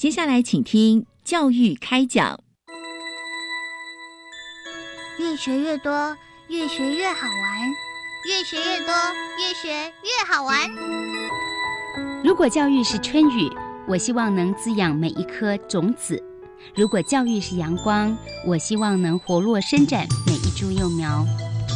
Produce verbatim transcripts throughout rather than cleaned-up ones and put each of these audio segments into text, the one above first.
接下来请听教育开讲。 越学越多，越学越好玩，越学越多，越学越好玩。 如果教育是春雨，我希望能滋养每一颗种子；如果教育是阳光，我希望能活络伸展每一株幼苗。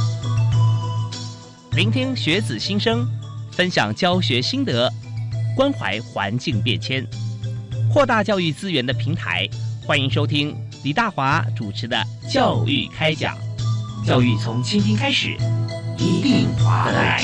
聆听学子心声，分享教学心得，关怀环境变迁，扩大教育资源的平台。欢迎收听李大华主持的教育开讲。教育从倾听开始，一定华得来。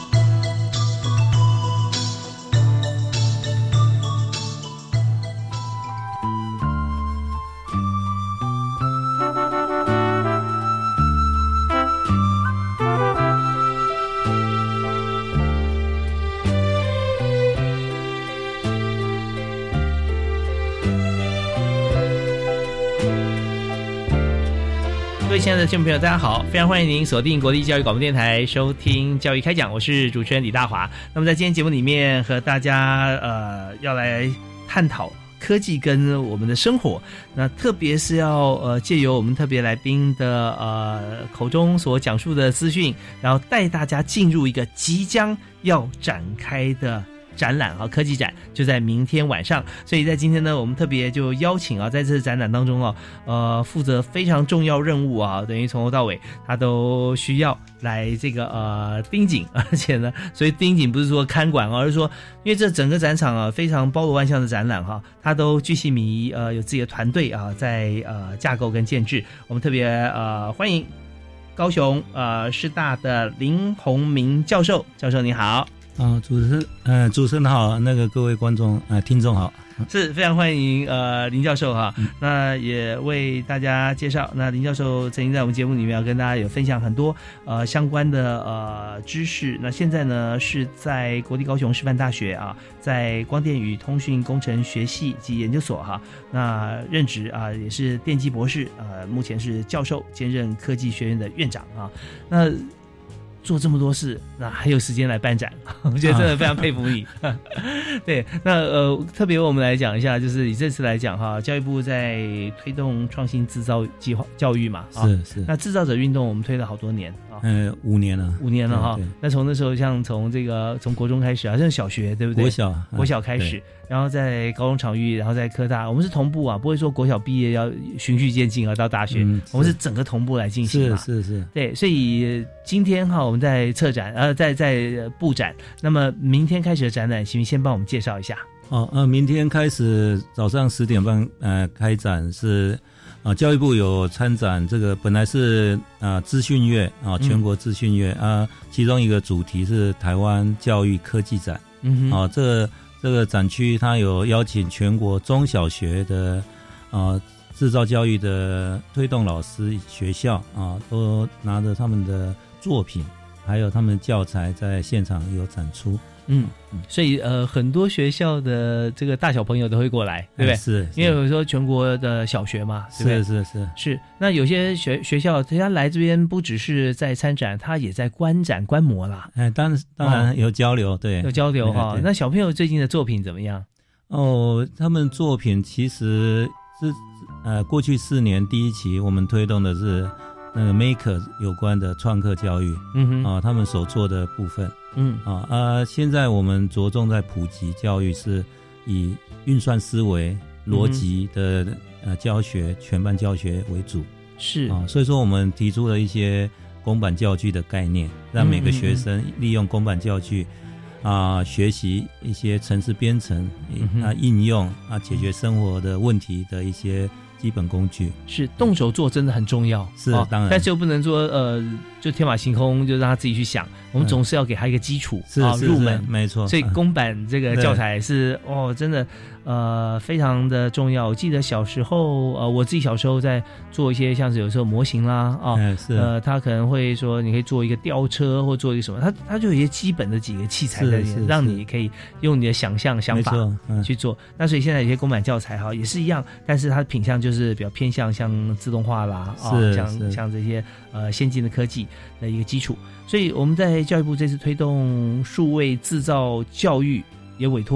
各位亲爱的听众朋友，大家好，非常欢迎您锁定国立教育广播电台收听教育开讲，我是主持人李大华。那么在今天节目里面和大家呃要来探讨科技跟我们的生活，那特别是要呃借由我们特别来宾的呃口中所讲述的资讯，然后带大家进入一个即将要展开的展览啊，科技展就在明天晚上，所以在今天呢，我们特别就邀请啊，在这次展览当中啊，呃，负责非常重要任务啊，等于从头到尾他都需要来这个呃盯紧，而且呢，所以盯紧不是说看管，而是说，因为这整个展场啊非常包罗万象的展览哈、啊，它都巨细靡遗，呃，有自己的团队啊，在呃架构跟建制，我们特别呃欢迎高雄呃师大的林宏明教授，教授你好。 啊，主持人，呃，主持人好，那个各位观众，呃，听众好， 是非常欢迎呃林教授哈、嗯，那也为大家介绍，那林教授曾经在我们节目里面要跟大家有分享很多呃相关的呃知识，那现在呢是在国立高雄师范大学啊，在光电与通讯工程学系及研究所哈，那任职啊也是电机博士，呃，目前是教授兼任科技学院的院长啊，那。做这么多事，那还有时间来办展，我觉得真的非常佩服你。啊、对，那呃，特别我们来讲一下，就是以这次来讲哈，教育部在推动创新制造计划教育嘛，啊、 是是。 那制造者运动我们推了好多年啊， 呃，五年了， 五年了哈。那从那时候像从这个从国中开始啊，像小学对不对？ 国小， 国小开始。然后在高中场域，然后在科大，我们是同步啊，不会说国小毕业要循序渐进啊，到大学、嗯，我们是整个同步来进行嘛。 是是是， 对，所以今天哈我们在策展，呃，在在布展，那么明天开始的展览，请先帮我们介绍一下。 哦，呃，明天开始早上十点半，呃，开展是啊、呃，教育部有参展，这个本来是啊资讯月啊，全国资讯月、嗯、啊，其中一个主题是台湾教育科技展，嗯哼，啊这个。这个展区它有邀请全国中小学的啊制造教育的推动老师学校啊，都拿着他们的作品还有他们的教材在现场有展出。 嗯，所以呃很多学校的这个大小朋友都会过来，对不对？ 是， 因为有时候全国的小学嘛，对不对？ 是是是是。那有些学学校他来这边不只是在参展，他也在观展观摩啦。 哎，当然当然有交流，哦、对， 有交流哈、哦。那小朋友最近的作品怎么样？ 哦，他们作品其实是呃过去四年第一期我们推动的是那个 Maker 有关的创客教育，嗯哼啊，他们所做的部分。嗯啊呃，现在我们着重在普及教育，是以运算思维、逻辑的、嗯、呃教学、全班教学为主。是啊，所以说我们提出了一些公版教具的概念，让每个学生利用公版教具啊、呃、学习一些程式编程、嗯、啊应用啊解决生活的问题的一些基本工具。 是动手做真的很重要， 是、哦、当然， 但是又不能说呃就天马行空就让他自己去想，我们总是要给他一个基础、 嗯、 啊入门， 没错。 所以公版这个教材是哦真的呃非常的重要。我记得小时候呃我自己小时候在做一些像是有时候模型啦啊、 嗯、是呃他可能会说你可以做一个吊车或做一个什么，他他就有一些基本的几个器材在里面，让你可以用你的想象想法去做、嗯、那所以现在有些公版教材哈也是一样，但是它的品项就是比较偏向像自动化啦啊、哦、像像这些呃先进的科技的一个基础。所以我们在教育部这次推动数位制造教育，也委托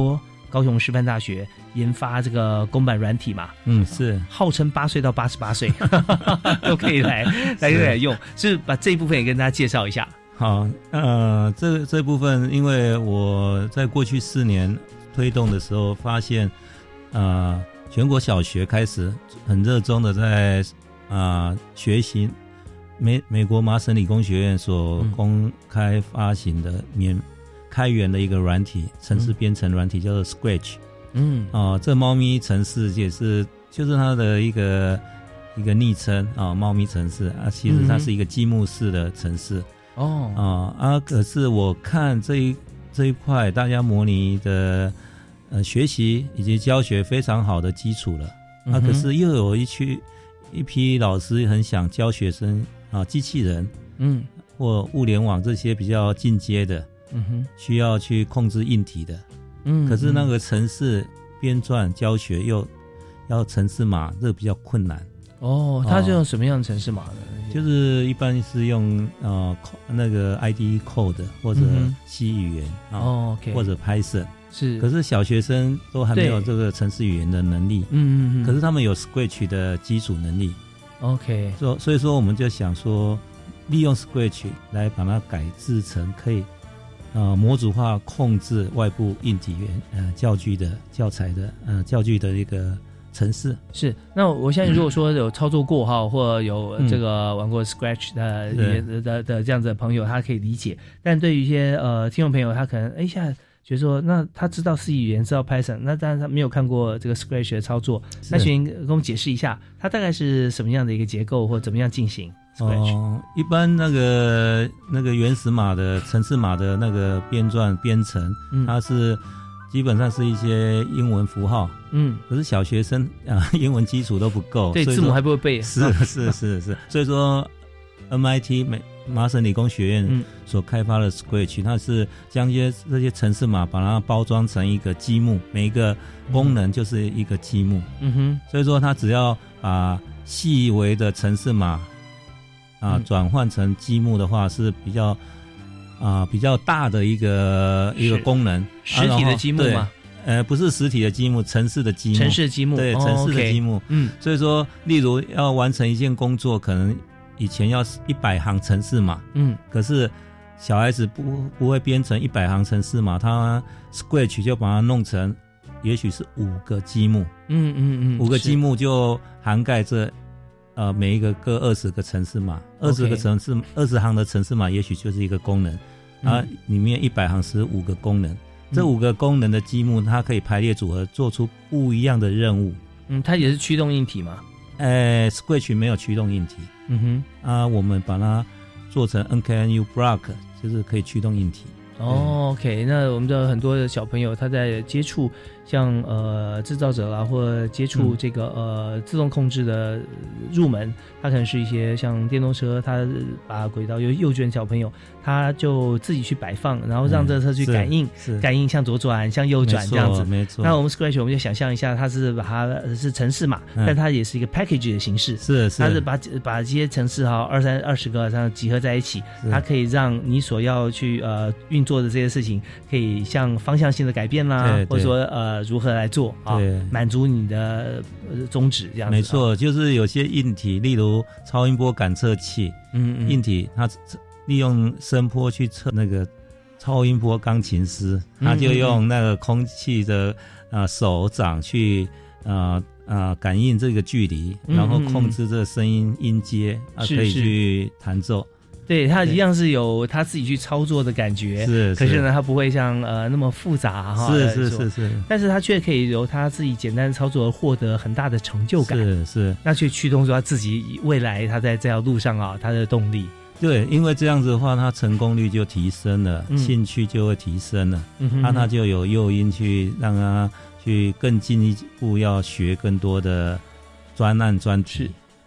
高雄师范大学研发这个公版软体嘛， 嗯，是号称八岁到八十八岁都可以来来来用，是把这一部分也跟大家介绍一下。 好，呃，这这部分因为我在过去四年推动的时候，发现，呃，全国小学开始很热衷的在啊、呃、学习美美国麻省理工学院所公开发行的免、嗯、开源的一个软体，程式编程软体，叫做 Scratch。嗯，啊、呃，这猫咪程式也是就是它的一个一个昵称啊，猫咪程式啊，其实它是一个积木式的程式。哦、嗯、啊啊！可是我看这一这一块，大家模拟的呃学习以及教学非常好的基础了。嗯、啊，可是又有一区一批老师很想教学生啊，机器人，嗯，或物联网这些比较进阶的，嗯哼，需要去控制硬体的，嗯，可是那个程式编撰教学又要程式码，这个比较困难。 哦，它是用什么样的程式码呢？ 就是一般是用呃那个 I D E code 或者 C 语言、嗯哦 okay、 或者 Python 是， 可是小学生都还没有这个程式语言的能力，嗯嗯嗯，可是他们有 Scratch 的基础能力 ，OK， 所所以说我们就想说，利用 Scratch 来把它改制成可以呃模组化控制外部硬体元呃教具的教材的呃教具的一个程式。 是，那我相信如果说有操作过哈、嗯，或有这个玩过 Scratch 的、嗯、的 的, 的这样子的朋友，他可以理解。但对于一些呃听众朋友，他可能哎下觉得说，那他知道 C 语言，知道 Python， 那当然他没有看过这个 Scratch 的操作。那请跟我们解释一下，它大概是什么样的一个结构，或怎么样进行 Scratch？ 哦，一般那个那个原始码的程式码的那个编撰编程，嗯、它是。基本上是一些英文符号，嗯，可是小学生啊，英文基础都不够， 对，字母还不会背， 是是是是，所以说 M I T 美麻省理工学院所开发的 Scratch，、嗯、它是将这些这些程式码把它包装成一个积木，每一个功能就是一个积木，嗯哼，所以说它只要把细微的程式码啊转换成积木的话是比较。啊，比较大的一个一个功能， 实体的积木吗？ 啊、呃，不是实体的积木，程式的积木， 程式积木， 对，程、哦、式的积木。嗯，所以说，例如要完成一件工作，可能以前要一百行程式码，嗯，可是小孩子不不会编成一百行程式码，他 Scratch 就把它弄成，也许是五个积木，嗯嗯嗯，五个积木就涵盖这。呃，每一个各二十个程式码，二十个程式，二十行的程式码，也许就是一个功能，啊，里面一百行是五个功能，嗯、这五个功能的积木，它可以排列组合，做出不一样的任务。 嗯，它也是驱动硬体吗？ 呃 ，Scratch 没有驱动硬体。嗯哼，啊，我们把它做成 N K N U block， 就是可以驱动硬体。 哦 ，OK， 那我们的很多的小朋友他在接触像呃制造者啦，或接触这个、嗯、呃自动控制的入门，他可能是一些像电动车，他把轨道有幼稚小朋友，他就自己去摆放，然后让这车去感应，嗯、感应向左转、向右转这样子。 没错。 那我们 Scratch 我们就想象一下，它是把它是程式码，嗯、但它也是一个 package 的形式。 是是。 它是把把这些程式哈二三二十个这样集合在一起，它可以让你所要去呃运做的这些事情可以像方向性的改变啦，或者说呃如何来做啊，满足你的、呃、宗旨这样子。 没错，就是有些硬体，例如超音波感测器，嗯嗯，硬体它利用声波去测那个超音波钢琴师，他就用那个空气的啊、呃、手掌去啊啊、呃、感应这个距离，然后控制这个声音音阶啊，可以去弹奏。 对，它一样是有他自己去操作的感觉， 是， 可是呢，它不会像呃那么复杂哈， 是是是是， 但是它却可以由他自己简单操作而获得很大的成就感， 是是， 那去驱动说他自己未来他在这条路上啊他的动力。 对，因为这样子的话，他成功率就提升了，嗯、兴趣就会提升了，嗯哼哼，那他就有诱因去让他去更进一步要学更多的专案专题。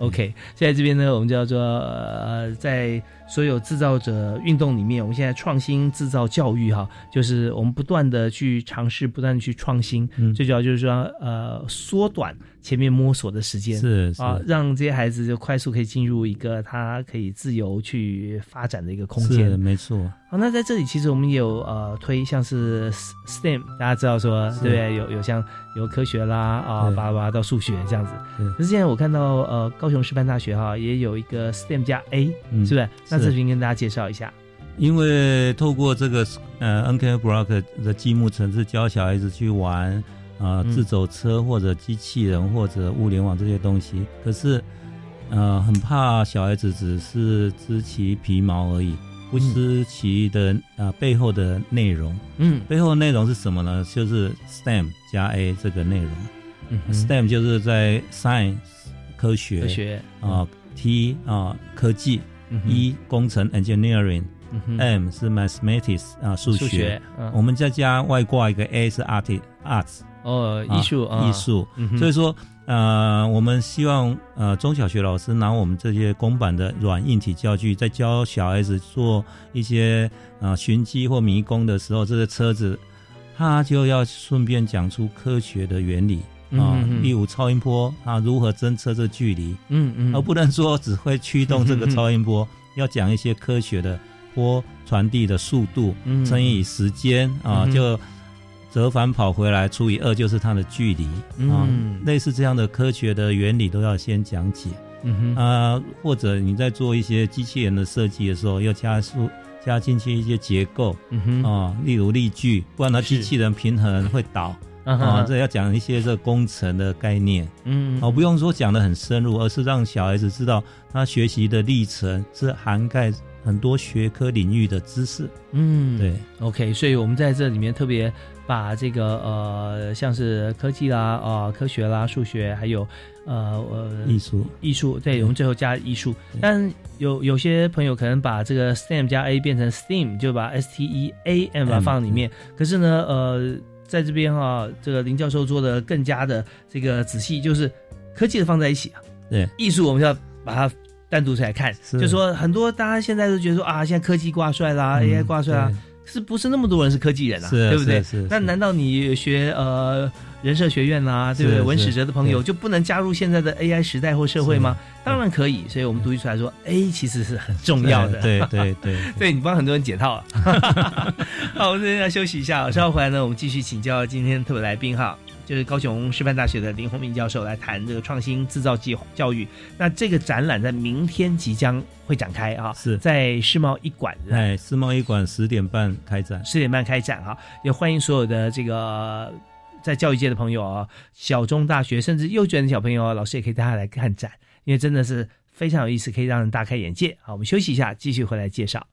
OK， 现在这边呢，我们叫做呃，在所有制造者运动里面，我们现在创新制造教育哈，就是我们不断的去尝试，不断的去创新，嗯、最主要就是说呃，缩短前面摸索的时间， 是是啊，让这些孩子就快速可以进入一个他可以自由去发展的一个空间， 是没错。 好，那在这里其实我们也有呃推像是 S T E M， 大家知道说对不对？有有像有科学啦啊，巴拉巴拉到数学这样子。可是现在我看到呃高雄师范大学哈也有一个 S T E M 加 A，、嗯、是不是？那这边跟大家介绍一下。 因为透过这个呃 N K Block 的积木程式教小孩子去玩啊、呃、自走车或者机器人或者物联网这些东西，可是呃很怕小孩子只是知其皮毛而已。不知其的啊、呃、背后的内容，嗯，背后的内容是什么呢？就是 S T E M 加 A 这个内容。嗯 ，S T E M 就是在 Science 科学， 科学啊、呃、，T 啊、呃、科技、嗯、，E 工程 Engineering，M、嗯、是 Mathematics 啊、呃、数学。数学嗯、我们再加外挂一个 A 是 Art Arts 哦艺术啊艺术、嗯，所以说。呃，我们希望呃中小学老师拿我们这些公版的软硬体教具，在教小孩子做一些呃循迹或迷宫的时候，这个车子他就要顺便讲出科学的原理啊、呃嗯，例如超音波啊如何侦测这个距离，嗯嗯，而不能说只会驱动这个超音波，嗯嗯要讲一些科学的波传递的速度，嗯、乘以时间啊、呃、就。折返跑回来除以二就是它的距离、嗯、啊，类似这样的科学的原理都要先讲解。嗯哼啊，或者你在做一些机器人的设计的时候，要加速加进去一些结构，嗯哼啊，例如力矩，不然它机器人平衡会倒啊。这要讲一些这工程的概念，嗯，哦、啊，不用说讲得很深入，而是让小孩子知道他学习的历程是涵盖很多学科领域的知识。嗯，对 ，OK， 所以我们在这里面特别。把这个呃，像是科技啦、啊、呃、科学啦、数学，还有呃呃艺术， 艺术，对，我们最后加艺术。但有有些朋友可能把这个 S T E M 加 A 变成 S T E M， 就把 S T E A M 把它放里面。可是呢，呃，在这边哈、啊，这个林教授做的更加的这个仔细，就是科技的放在一起啊， 对， 艺术我们要把它单独出来看。就说很多大家现在都觉得说啊，现在科技挂帅啦、嗯、，A I 挂帅啦。是不是那么多人是科技人啊？对不对？那难道你学呃人社学院啦、啊，对不对？文史哲的朋友就不能加入现在的 A I 时代或社会吗？当然可以。所以我们独立出来说 ，A 其实是很重要的。 对对对， 对你帮很多人解套了。好，我们这边要休息一下，稍后回来呢，我们继续请教今天特别来宾哈。就是高雄师范大学的林宏明教授来谈这个创新制造计划教育。那这个展览在明天即将会展开啊， 是在世贸一馆。 哎，世贸一馆十点半开展， 十点半开展哈，也欢迎所有的这个在教育界的朋友啊，小中大学甚至幼稚园的小朋友啊，老师也可以带他来看展，因为真的是非常有意思，可以让人大开眼界。好，我们休息一下，继续回来介绍。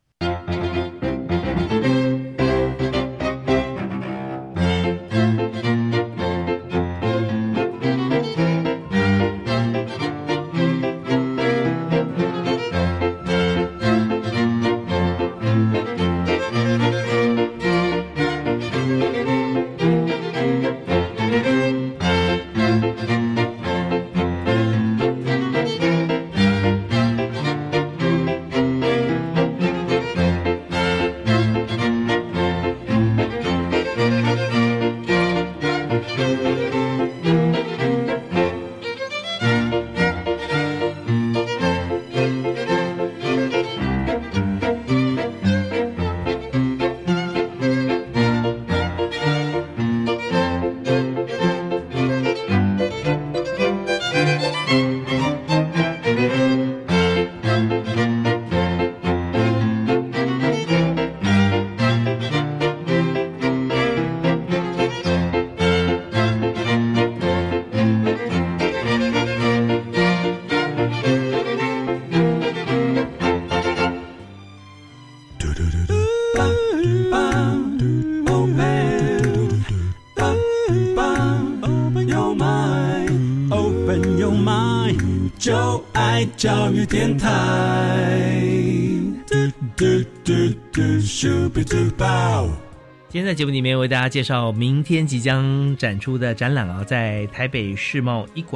教育电台， 今天在节目里面为大家介绍明天即将展出的展览啊，在台北世贸一馆。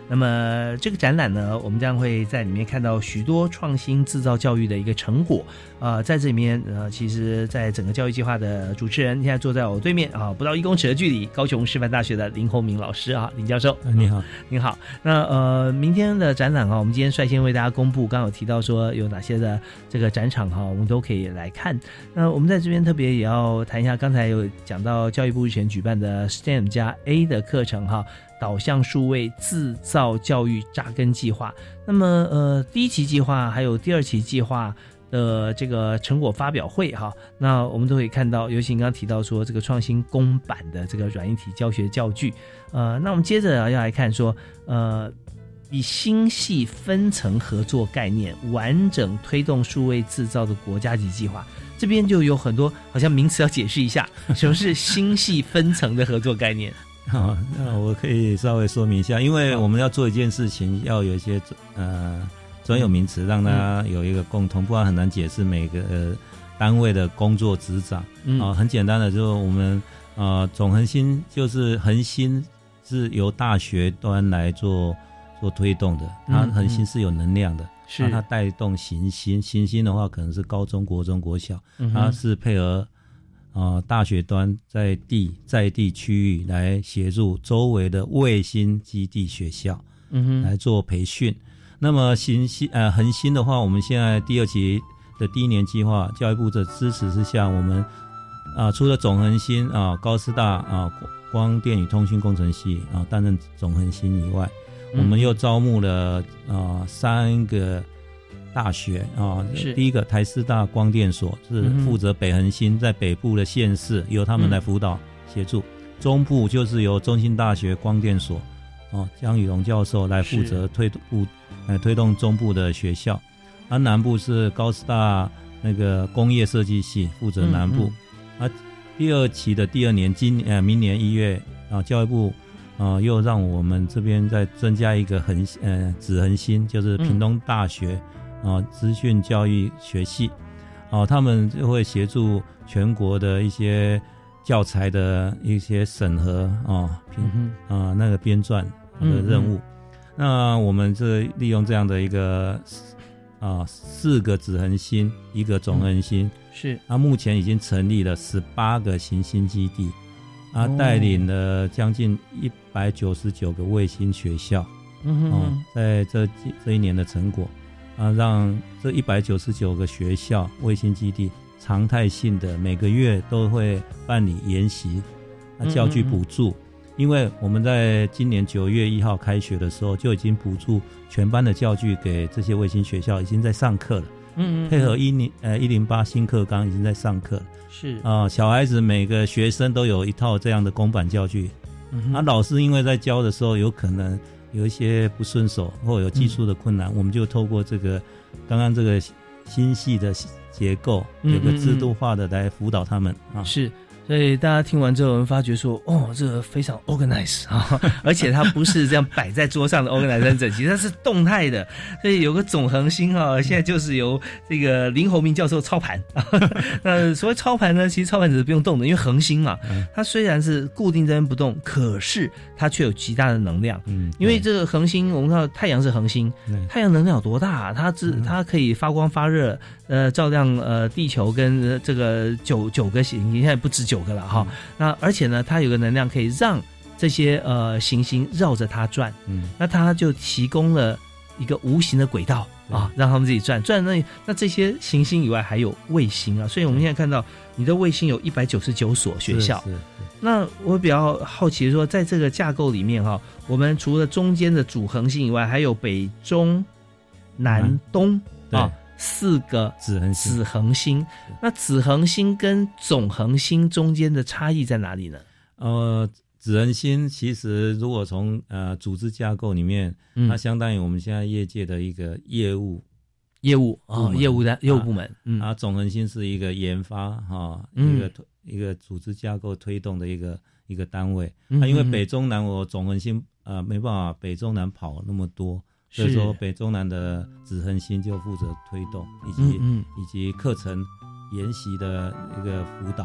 那么这个展览呢，我们将会在里面看到许多创新制造教育的一个成果。呃，在这里面呃，其实在整个教育计划的主持人现在坐在我对面啊，不到一公尺的距离，高雄师范大学的林宏明老师啊，林教授， 呃、你好， 您好。那呃，明天的展览啊，我们今天率先为大家公布，刚刚有提到说有哪些的这个展场哈，我们都可以来看。那我们在这边特别也要谈一下，刚才有讲到教育部日前举办的 S T E M 加 A 的课程哈，导向数位自造教育扎根计划。那么呃，第一期计划还有第二期计划的这个成果发表会哈，那我们都可以看到，尤其你刚刚提到说这个创新公版的这个软硬体教学教具，呃，那我们接着要来看说，呃，以星系分层合作概念，完整推动数位制造的国家级计划。这边就有很多好像名词要解释一下，什么是星系分层的合作概念？ 好，那我可以稍微说明一下，因为我们要做一件事情，要有一些呃。专有名词让大家有一个共同，不然很难解释每个、呃、单位的工作职掌。嗯、呃，很简单的，就是我们呃总恒星就是恒星是由大学端来做做推动的，它恒星是有能量的，是、嗯、它带动行星，行星的话可能是高中、国中、国小，嗯、它是配合呃大学端在地在地区域来协助周围的卫星基地学校，嗯哼，来做培训。那么行星呃恒星的话，我们现在第二期的第一年计划，教育部的支持之下，我们啊、呃、除了总恒星啊、呃、高师大啊、呃、光电与通讯工程系啊、呃、担任总恒星以外，嗯、我们又招募了啊、呃、三个大学啊、呃，是第一个台师大光电所是负责北恒星，在北部的县市由他们来辅导协助，嗯、中部就是由中兴大学光电所哦江宇龙教授来负责推动。来推动中部的学校，而、啊、南部是高师大那个工业设计系负责南部。嗯嗯、啊，第二期的第二年，今呃明年一月啊，教育部啊又让我们这边再增加一个恒呃子恒星，就是屏东大学、嗯、啊资讯教育学系，啊他们就会协助全国的一些教材的一些审核啊评啊那个编撰的任务。嗯嗯那我们这利用这样的一个啊四个子恒星，一个总恒星，嗯、是。那、啊、目前已经成立了十八个行星基地，啊，哦、带领了将近一百九十九个卫星学校，嗯哼哼、啊，在这这一年的成果，啊，让这一百九十九个学校卫星基地常态性的每个月都会办理研习，啊，教具补助。嗯哼哼，因为我们在今年九月一号开学的时候，就已经补助全班的教具给这些卫星学校，已经在上课了。嗯, 嗯, 嗯，配合一零呃一零八新课纲已经在上课了。是啊、呃，小孩子每个学生都有一套这样的公版教具。嗯，啊，老师因为在教的时候有可能有一些不顺手或有技术的困难，嗯、我们就透过这个刚刚这个星系的结构，有个制度化的来辅导他们啊。是。所以大家听完之后，我们发觉说，哦，这个非常 organize 啊，而且它不是这样摆在桌上的 organize 很整齐，它是动态的。所以有个总恒星啊，现在就是由这个林宏明教授操盘。那所谓操盘呢，其实操盘只是不用动的，因为恒星嘛，它虽然是固定在那边不动，可是它却有极大的能量。嗯，因为这个恒星，我们看到太阳是恒星，太阳能量有多大啊？它只它可以发光发热，呃，照亮呃地球跟这个九九个行星，现在不止九个了哈。嗯、那而且呢，它有个能量可以让这些呃行星绕着它转，嗯，那它就提供了一个无形的轨道啊，让他们自己转转。那那这些行星以外还有卫星啊，所以我们现在看到你的卫星有一百九十九所学校。是是是。那我比较好奇说，在这个架构里面哈，我们除了中间的主恒星以外，还有北中南东、嗯、啊。四个子恒星，子恒星，那子恒星跟总恒星中间的差异在哪里呢？呃，子恒星其实如果从呃组织架构里面，嗯、它相当于我们现在业界的一个业务业务啊、哦，业务的业务部门。嗯，啊，总恒星是一个研发哈、哦，一个、嗯、一个组织架构推动的一个一个单位。嗯、啊，因为北中南我总恒星呃没办法北中南跑那么多。所以说，北中南的子恒星就负责推动以及、嗯嗯、以及课程研习的一个辅导。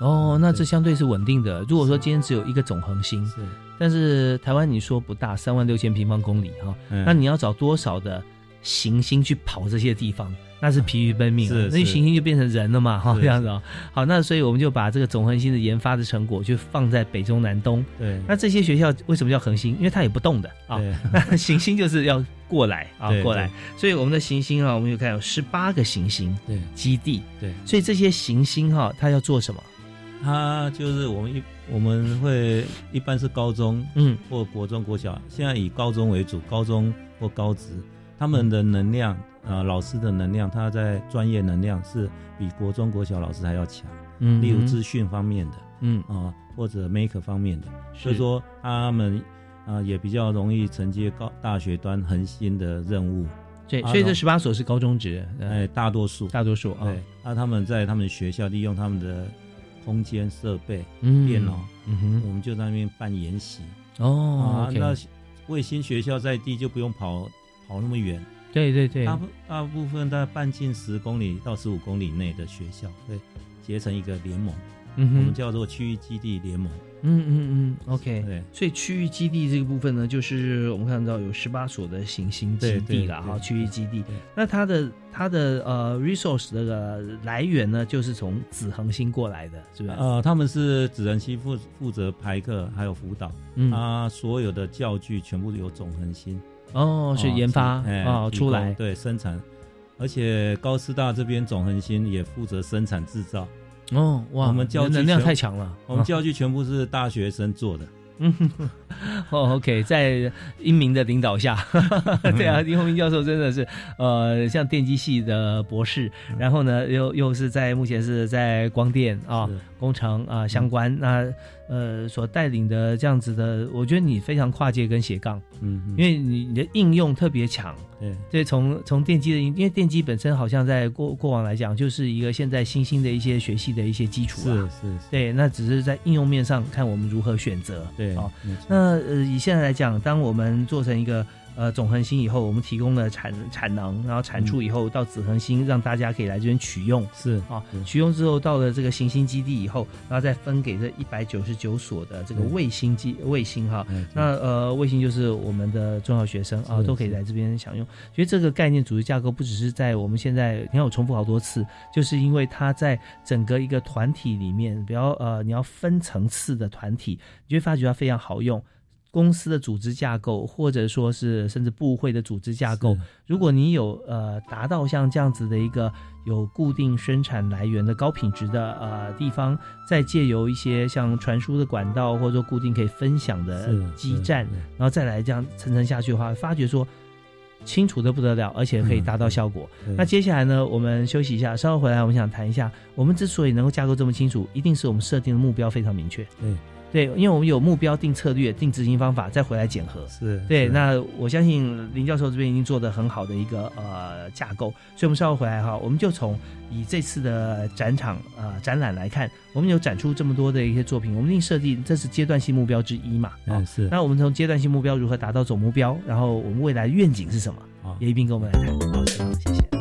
哦，那这相对是稳定的。如果说今天只有一个总恒星，是，但是台湾你说不大，三万六千平方公里哈、嗯，那你要找多少的行星去跑这些地方？那是疲于奔命、啊，那行星就变成人了嘛，哈，这样子啊、哦。好，那所以我们就把这个总恒星的研发的成果就放在北中南东。对，那这些学校为什么叫恒星？因为它也不动的啊。那行星就是要过来啊，过来。所以我们的行星啊，我们有看有十八个行星对基地。对，所以这些行星哈、啊，它要做什么？ 它就是我们一我们会一般是高中嗯或国中国小，现在以高中为主，高中或高职，他们的能量。呃，老师的能量，他在专业能量是比国中国小老师还要强。嗯，例如资讯方面的，嗯啊、呃，或者 make 方面的，所以说他们啊、呃、也比较容易承接高大学端恒星的任务。 对，所以这十八所是高中职， 哎，大多数， 大多数啊。 对，那他们在他们学校利用他们的空间设备、嗯、电脑，嗯哼，我们就在那边办研习。哦，啊， okay、那卫星学校在地就不用跑跑那么远。 对对对， 大大部分大概半径十公里到十五公里内的学校会结成一个联盟，嗯，我们叫做区域基地联盟。 嗯嗯嗯 ，OK， 对，所以区域基地这个部分呢，就是我们看到有十八所的行星基地啦，哈，区域基地。那它的它的呃 resource 这个来源呢，就是从子恒星过来的，是不是？ 呃，他们是子恒星负负责排课还有辅导，嗯，啊，所有的教具全部由总恒星。 哦，是研发哦出来， 对生产，而且高师大这边总恒星也负责生产制造。 哦，哇，我们教具能量太强了， 我们教具全部是大学生做的。 嗯，哦 ，OK， 在英明的领导下，对啊，林宏明教授真的是呃，像电机系的博士，然后呢，又又是在目前是在光电啊、工程啊相关，那呃所带领的这样子的，我觉得你非常跨界跟斜杠，嗯，因为你你的应用特别强，对，对，从从电机的，因为电机本身好像在过过往来讲，就是一个现在新兴的一些学系的一些基础啊，是是，对，那只是在应用面上看我们如何选择，对。哦，那呃，以现在来讲，当我们做成一个呃总恒星以后，我们提供了产产能，然后产出以后、嗯、到子恒星，让大家可以来这边取用，是啊，取用之后到了这个行星基地以后，然后再分给这一百九十九所的这个卫星基卫星哈，那呃卫星就是我们的重要学生啊，都可以来这边享用。所以这个概念组织架构不只是在我们现在，你看我重复好多次，就是因为它在整个一个团体里面，比较呃你要分层次的团体，你就会发觉它非常好用。公司的组织架构，或者说是甚至部会的组织架构，如果你有呃达到像这样子的一个有固定生产来源的高品质的呃地方，再借由一些像传输的管道，或者说固定可以分享的基站，然后再来这样层层下去的话，发觉说清楚的不得了，而且可以达到效果。嗯、那接下来呢，我们休息一下，稍后回来我们想谈一下，我们之所以能够架构这么清楚，一定是我们设定的目标非常明确。对。对，因为我们有目标、定策略、定执行方法，再回来检核。是，对。那我相信林教授这边已经做得很好的一个呃架构，所以我们稍后回来哈，我们就从以这次的展场呃展览来看，我们有展出这么多的一些作品，我们一定设定这是阶段性目标之一嘛。嗯、哦，是。那我们从阶段性目标如何达到总目标，然后我们未来愿景是什么，哦、也一并跟我们来谈。好，谢谢。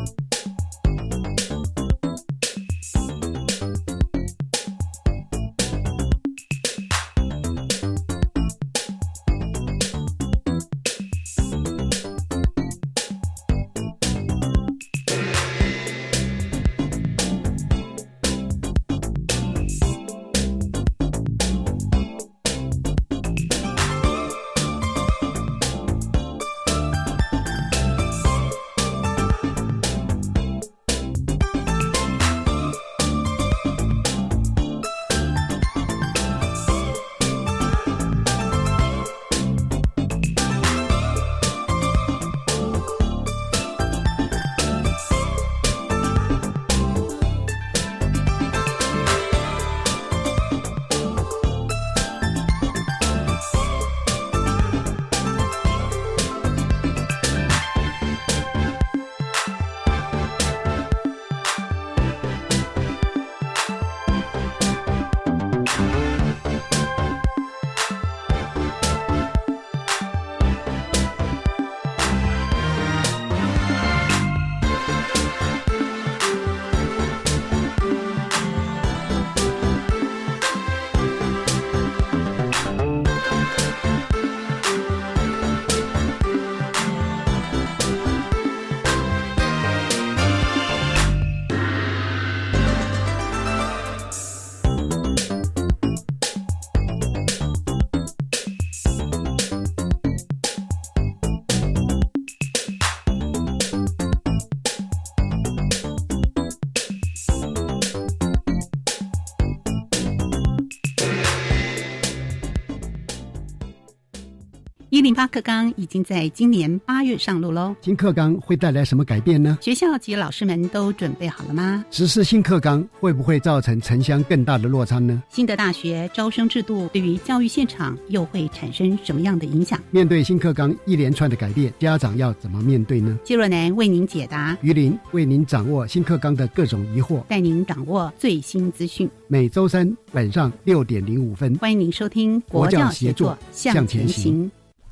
零八课纲已经在今年八月上路喽。 新课纲会带来什么改变呢？ 学校及老师们都准备好了吗？ 实施新课纲会不会造成城乡更大的落差呢？ 新的大学招生制度对于教育现场又会产生什么样的影响？ 面对新课纲一连串的改变，家长要怎么面对呢？ 谢若楠为您解答， 于林为您掌握新课纲的各种疑惑， 带您掌握最新资讯。 每周三晚上六点零五分， 欢迎您收听国教协作向前行。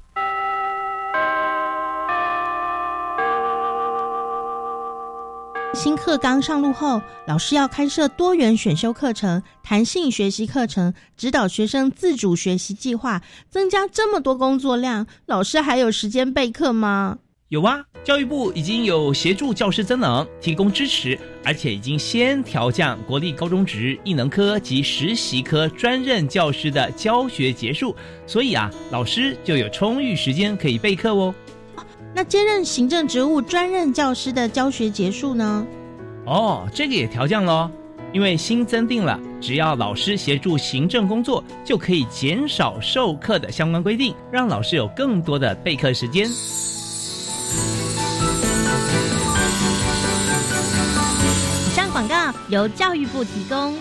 新课纲上路后，老师要开设多元选修课程、弹性学习课程，指导学生自主学习计划，增加这么多工作量，老师还有时间备课吗？ 有啊，教育部已经有协助教师增能，提供支持，而且已经先调降国立高中职艺能科及实习科专任教师的教学结束，所以啊，老师就有充裕时间可以备课哦。 那兼任行政职务专任教师的教学结束呢？ 哦，这个也调降咯，因为新增定了，只要老师协助行政工作，就可以减少授课的相关规定，让老师有更多的备课时间。 以上广告由教育部提供。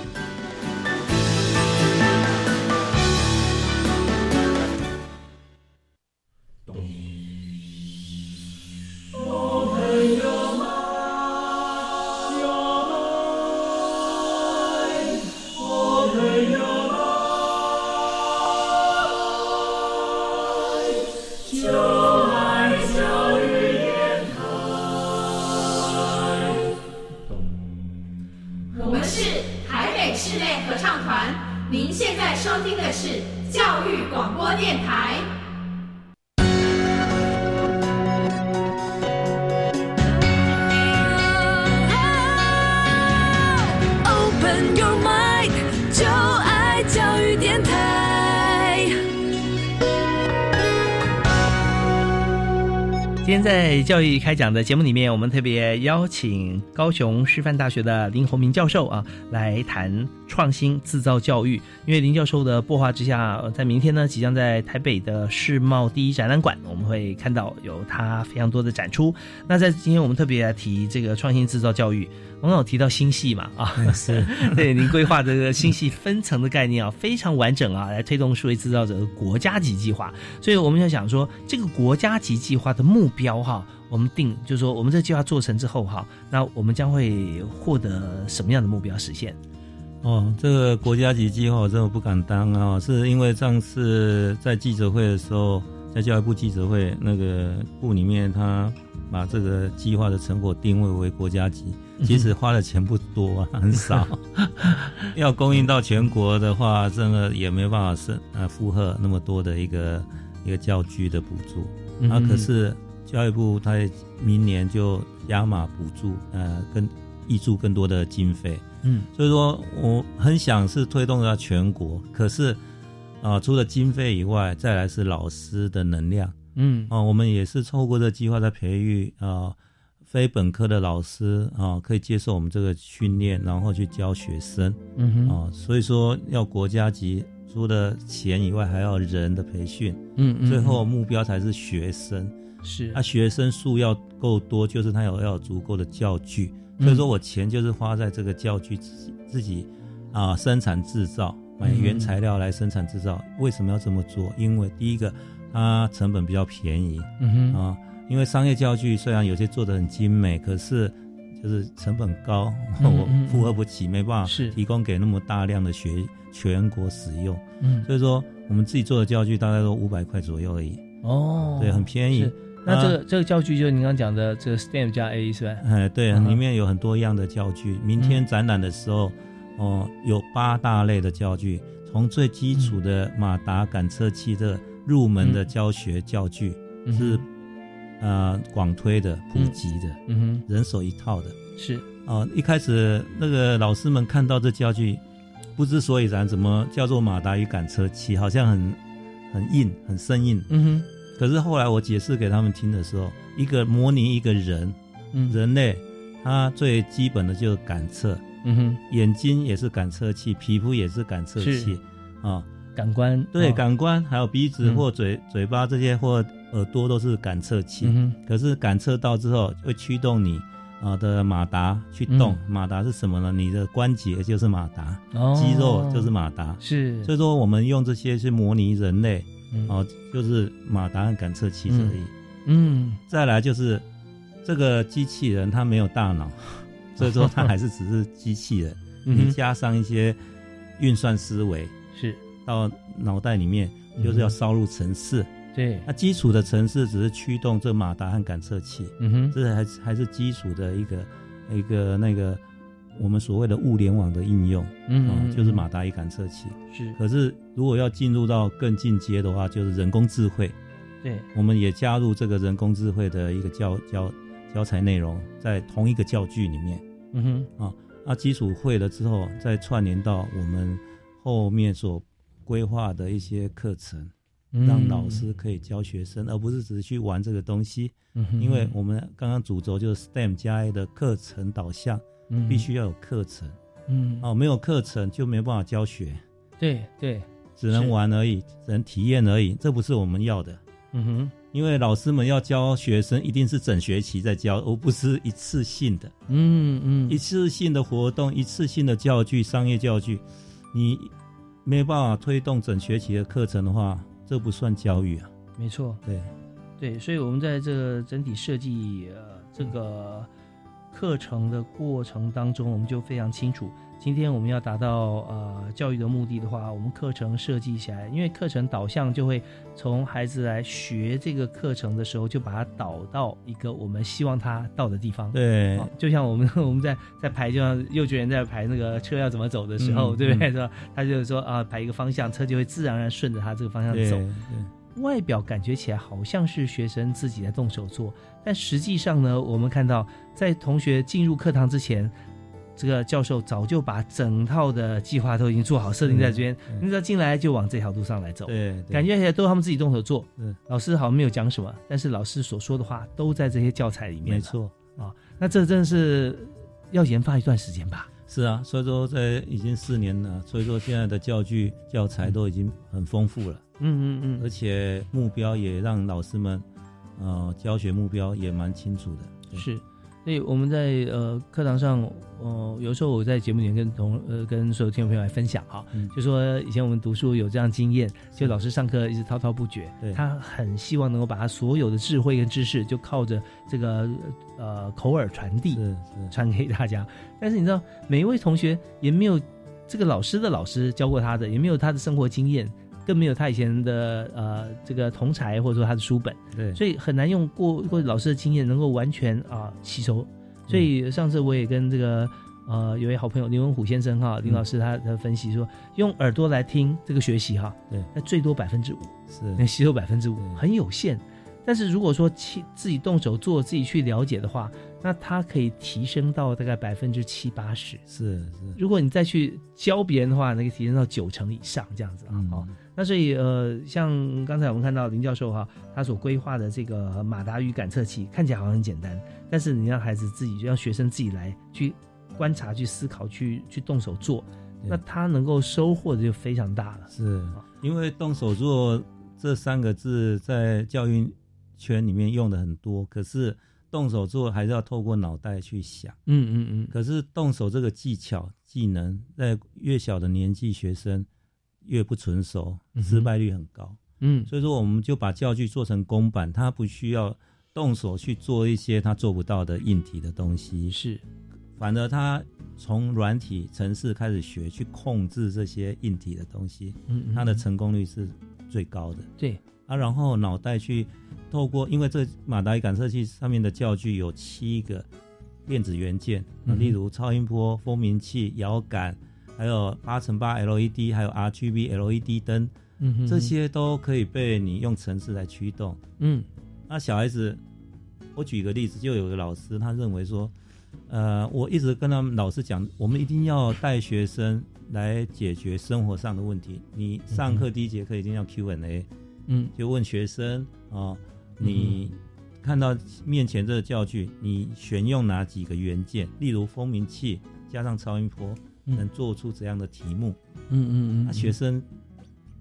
您现在收听的是教育广播电台。Open your mind， 就爱教育电台。 今天在教育开讲的节目里面，我们特别邀请高雄师范大学的林宏明教授啊，来谈创新自造教育。因为林教授的擘画之下，在明天呢，即将在台北的世贸第一展览馆，我们会看到有他非常多的展出。那在今天我们特别来提这个创新自造教育，我们有提到新系嘛啊， 是对您规划这个新系分层的概念啊，非常完整啊，来推动数位制造者的国家级计划。所以我们就想说，这个国家级计划的目标哈，我们定就是说，我们这个计划做成之后哈，那我们将会获得什么样的目标实现？ 哦，这个国家级计划我真的不敢当啊，是因为上次在记者会的时候，在教育部记者会那个部里面，他把这个计划的成果定位为国家级，其实花的钱不多啊，很少。要供应到全国的话，真的也没办法是呃负荷那么多的一个一个教具的补助。嗯、啊，可是教育部它明年就加码补助，呃，跟挹注更多的经费。嗯，所以说我很想是推动到全国，可是啊、呃，除了经费以外，再来是老师的能量。嗯，啊、呃，我们也是透过这个计划在培育啊、呃、非本科的老师啊、呃，可以接受我们这个训练，然后去教学生。嗯哼，啊、呃，所以说要国家级，除了钱以外，还要人的培训。嗯嗯，最后目标才是学生。是，啊，学生数要够多，就是他有要有足够的教具。所以说我钱就是花在这个教具自己自己啊、呃、生产制造，买原材料来生产制造。嗯、为什么要这么做？因为第一个它成本比较便宜，嗯哼啊，因为商业教具虽然有些做得很精美，可是就是成本高，嗯、我负荷不起，没办法提供给那么大量的学全国使用。嗯，所以说我们自己做的教具大概都五百块左右而已。哦，对，很便宜。 那这个、啊、这个教具就是您刚刚讲的这个 S T E M 加 A 是吧？ 哎，对，嗯、里面有很多样的教具。明天展览的时候，哦、呃，有八大类的教具，从最基础的马达感测器的入门的教学教具、嗯、是呃广推的、普及的，嗯哼，人手一套的。是哦、呃，一开始那个老师们看到这教具，不知所以然，怎么叫做马达与感测器，好像很很硬、很生硬。嗯哼。可是后来我解释给他们听的时候，一个模拟一个人，嗯，人类他最基本的就是感测，嗯哼，眼睛也是感测器，皮肤也是感测器，啊， 感官， 对、 哦、 感官，还有鼻子或嘴、嗯、嘴巴这些或耳朵都是感测器、嗯、可是感测到之后会驱动你啊的马达去动、嗯、马达是什么呢？你的关节就是马达、哦、肌肉就是马达，是，所以说我们用这些去模拟人类、嗯啊、就是马达和感测器而已。嗯，再来就是这个机器人它没有大脑，所以说它还是只是机器人你加上一些运算思维是到脑袋里面，就是要烧入程式、嗯、对，那基础的程式只是驱动这马达和感测器，嗯哼，这还是还是基础的一个一个那个我们所谓的物联网的应用，嗯哼、啊、就是马达与感测器是。可是如果要进入到更进阶的话，就是人工智慧，对，我们也加入这个人工智慧的一个教教教材内容在同一个教具里面，嗯哼，啊，那基础会了之后，再串联到我们后面所规划的一些课程，嗯、让老师可以教学生，而不是只是去玩这个东西。嗯哼，因为我们刚刚主轴就是 S T E M 加 A 的课程导向，嗯、必须要有课程。嗯，哦，没有课程就没有办法教学。对对，只能玩而已，只能体验而已，这不是我们要的。嗯哼，因为老师们要教学生一定是整学期在教，而不是一次性的。嗯嗯，一次性的活动，一次性的教具，商业教具，你没有办法推动整学期的课程的话，这不算教育啊。没错，对对，所以我们在这个整体设计呃这个课程的过程当中，我们就非常清楚，今天我们要达到呃教育的目的的话，我们课程设计起来，因为课程导向就会从孩子来学这个课程的时候，就把它导到一个我们希望他到的地方。对，哦、就像我们我们在在排，就像幼稚园在排那个车要怎么走的时候，嗯、对不对？是吧？他就是说啊，排一个方向，车就会自然而然顺着他这个方向走。外表感觉起来好像是学生自己在动手做，但实际上呢，我们看到在同学进入课堂之前，这个教授早就把整套的计划都已经做好，设定在这边，你只要进来就往这条路上来走。对，感觉起来都是他们自己动手做。老师好像没有讲什么，但是老师所说的话都在这些教材里面。没错啊，那这真的是要研发一段时间吧？是啊，所以说在已经四年了，所以说现在的教具教材都已经很丰富了。嗯嗯嗯，而且目标也让老师们，呃，教学目标也蛮清楚的。是，所以我们在呃课堂上，呃，有时候我在节目里面跟同呃跟所有听众朋友来分享哈，嗯、就说以前我们读书有这样经验，就老师上课一直滔滔不绝，他很希望能够把他所有的智慧跟知识，就靠着这个呃口耳传递，是是传给大家。但是你知道，每一位同学也没有这个老师的老师教过他的，也没有他的生活经验。更没有他以前的呃这个同侪或者说他的书本，对，所以很难用过过老师的经验能够完全啊、呃、吸收。所以上次我也跟这个呃有位好朋友林文虎先生哈林老师他他分析说，用耳朵来听这个学习哈，对，那最多百分之五，是能吸收百分之五，很有限。但是如果说自己动手做，自己去了解的话，那它可以提升到大概百分之七八十。是是，如果你再去教别人的话，那个提升到九成以上这样子啊。嗯哦那所以呃，像刚才我们看到林教授哈，他所规划的这个马达与感测器看起来好像很简单，但是你让孩子自己，就让学生自己来去观察、去思考、去去动手做，那他能够收获的就非常大了。是，因为动手做这三个字在教育圈里面用的很多，可是动手做还是要透过脑袋去想。嗯嗯嗯。可是动手这个技巧、技能，在越小的年纪，学生越不成熟，失败率很高。嗯，所以说我们就把教具做成公版，他不需要动手去做一些他做不到的硬体的东西，是，反而他从软体程式开始学，去控制这些硬体的东西，嗯嗯，他的成功率是最高的。对啊，然后脑袋去透过，因为这马达与感测器上面的教具有七个电子元件，嗯、例如超音波、风鸣器、遥感。还有八乘八 L E D， 还有 R G B L E D 灯，嗯哼哼，这些都可以被你用程式来驱动。嗯，那小孩子，我举个例子，就有个老师，他认为说，呃，我一直跟他们老师讲，我们一定要带学生来解决生活上的问题。你上课第一节课一定要 Q and A， 嗯，就问学生啊、哦，你看到面前这个教具，你选用哪几个元件？例如风鸣器加上超音波。能做出怎样的题目？嗯嗯嗯，那学生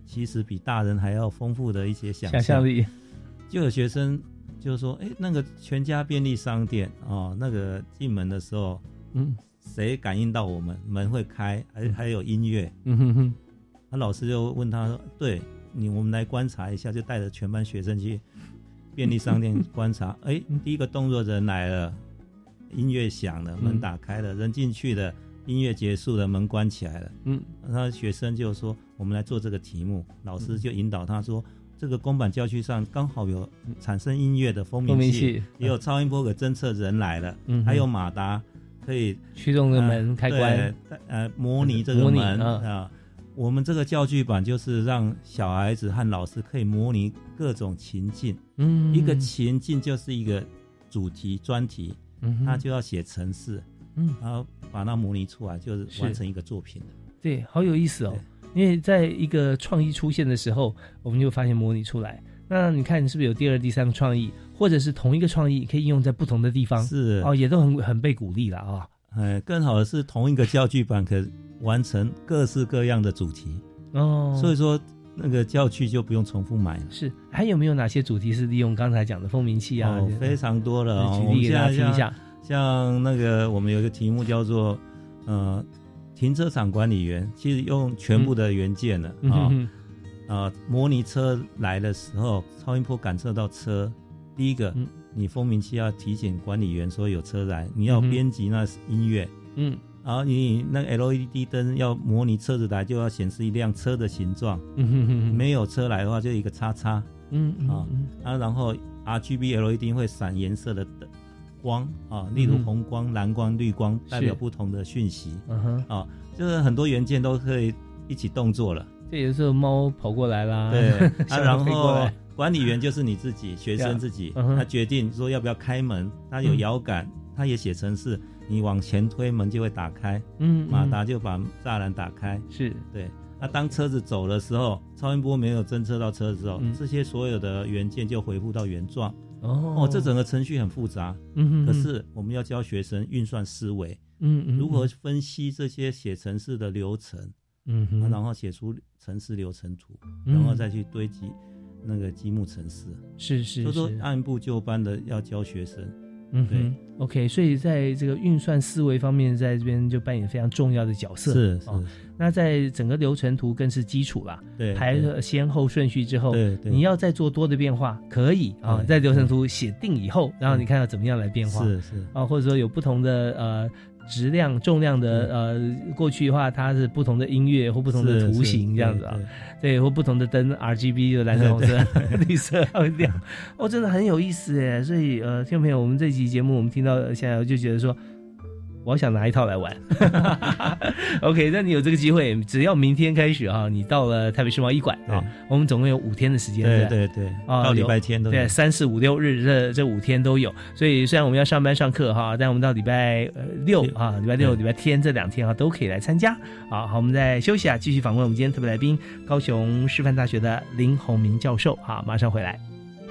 其实比大人还要丰富的一些想象想象力。 就有学生就说，哎，那个全家便利商店哦，那个进门的时候，嗯，谁感应到我们门会开，还还有音乐，嗯哼哼。那老师就问他说，对你，我们来观察一下，就带着全班学生去便利商店观察。哎，第一个动作人来了，音乐响了，门打开了，人进去了，音乐结束了，门关起来了。嗯，那学生就说，我们来做这个题目，老师就引导他说，这个公版教具上刚好有产生音乐的风鸣器，鸣器也有超音波可侦测人来了，嗯，还有马达可以驱动的门、呃、开关， 呃，模拟这个门啊、呃。我们这个教具版就是让小孩子和老师可以模拟各种情境，嗯，一个情境就是一个主题专题，嗯，他就要写程式，嗯，然后把它模拟出来，就是完成一个作品。 对，好有意思哦。因为在一个创意出现的时候，我们就发现模拟出来。那你看，你是不是有第二、第三个创意，或者是同一个创意可以应用在不同的地方？ 是哦，也都很很被鼓励了啊。 哎，更好的是同一个教具版可完成各式各样的主题哦，所以说那个教具就不用重复买了。 是，还有没有哪些主题是利用刚才讲的风鸣器啊？ 哦，非常多了哦。 举例给大家听一下。 像那个我们有一个题目叫做呃。停车场管理员其实用全部的元件了啊、嗯哦呃，模拟车来的时候，超音波感测到车，第一个，嗯、你风鸣器要提醒管理员说有车来，你要编辑那音乐，嗯，然后你那个 L E D 灯要模拟车子来，就要显示一辆车的形状，嗯哼哼哼，没有车来的话就一个叉叉，嗯嗯啊、哦，然后 R G B L E D 会闪颜色的灯。光啊，例如红光、嗯、蓝光、绿光，代表不同的讯息。嗯哼，啊，就是很多元件都可以一起动作了。 这有时候猫跑过来啦， 对，啊，然后管理员就是你自己，学生自己，嗯、他决定说要不要开门，他有摇杆，嗯、他也写程式，你往前推门就会打开，嗯，马达就把栅栏打开， 是对。 那当车子走的时候，超音波没有侦测到车子之后，嗯、这些所有的元件就恢复到原状。哦, 哦，这整个程序很复杂，嗯哼哼，可是我们要教学生运算思维，嗯嗯，如何分析这些写程式的流程，嗯哼、啊，然后写出程式流程图，嗯、然后再去堆积那个积木程式， 是是是， 所以说按部就班的要教学生， 嗯哼，对 ，OK， 所以在这个运算思维方面，在这边就扮演非常重要的角色， 是是。 哦，那在整个流程图更是基础啦， 对， 排了先后顺序之后， 对对， 你要再做多的变化，可以啊，在流程图写定以后，然后你看要怎么样来变化， 是是啊，或者说有不同的呃质量、重量的呃，过去的话它是不同的音乐或不同的图形这样子啊，对，或不同的灯 R G B 的蓝色、红色、绿色还会亮，哦，真的很有意思哎，所以呃，听众朋友，我们这期节目我们听到现在我就觉得说。我想拿一套来玩OK， 那你有这个机会，只要明天开始啊，你到了台北世贸一馆啊，我们总共有五天的时间， 对对对， 啊， 到礼拜天都有， 对，三四五六日这这五天都有。所以虽然我们要上班上课哈，但我们到礼拜呃六啊，礼拜六、礼拜天这两天啊都可以来参加。好，好，我们再休息啊，继续访问我们今天特别来宾，高雄师范大学的林宏明教授。好，马上回来。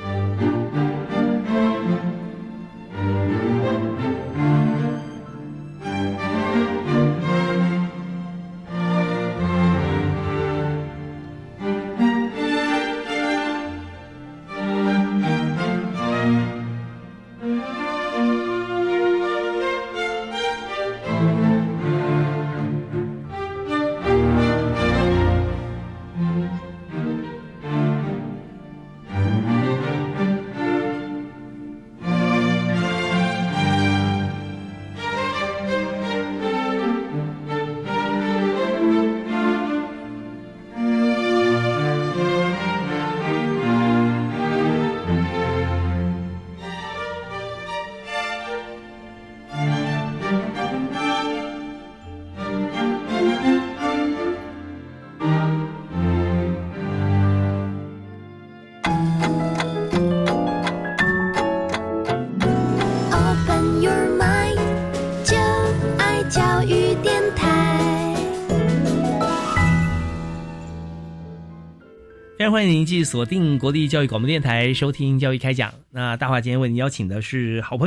欢迎您继续锁定国立教育广播电台收听教育开讲。那大华今天为您邀请的是好朋友